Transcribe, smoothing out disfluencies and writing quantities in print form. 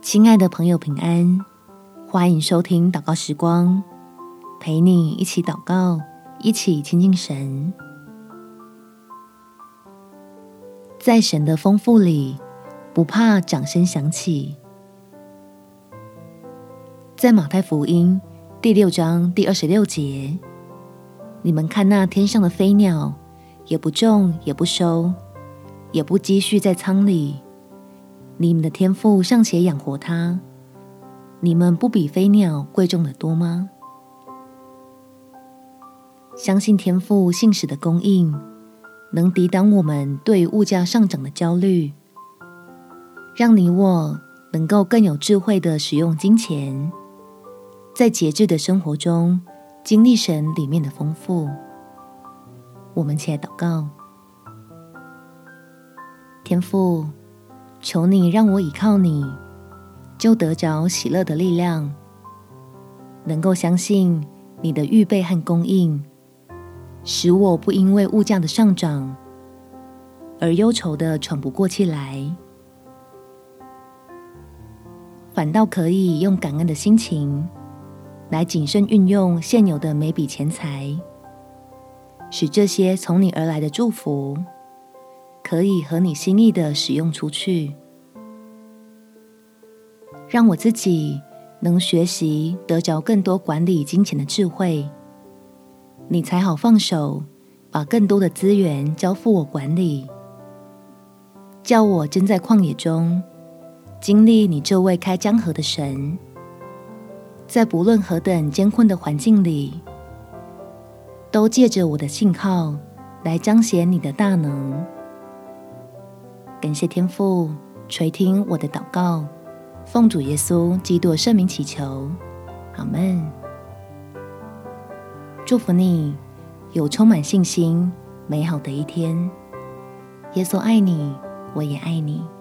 亲爱的朋友，平安，欢迎收听祷告时光，陪你一起祷告，一起亲近神。在神的丰富里，不怕掌声响起。在马太福音第6章第26节，你们看那天上的飞鸟，也不种，也不收，也不积蓄在仓里，你们的天父尚且养活它，你们不比飞鸟贵重得多吗？相信天父信实的供应，能抵挡我们对物价上涨的焦虑，让你我能够更有智慧地使用金钱，在节制的生活中经历神里面的丰富。我们起来祷告。天父，求你让我倚靠你，就得着喜乐的力量，能够相信你的预备和供应，使我不因为物价的上涨而忧愁的喘不过气来，反倒可以用感恩的心情来谨慎运用现有的每笔钱财，使这些从你而来的祝福可以合你心意的使用出去，让我自己能学习得着更多管理金钱的智慧，你才好放手，把更多的资源交付我管理，叫我真在旷野中经历你这位开江河的神，在不论何等艰困的环境里，都借着我的信靠来彰显你的大能。感谢天父垂听我的祷告，奉主耶稣基督的圣名祈求，阿们。祝福你有充满信心美好的一天。耶稣爱你，我也爱你。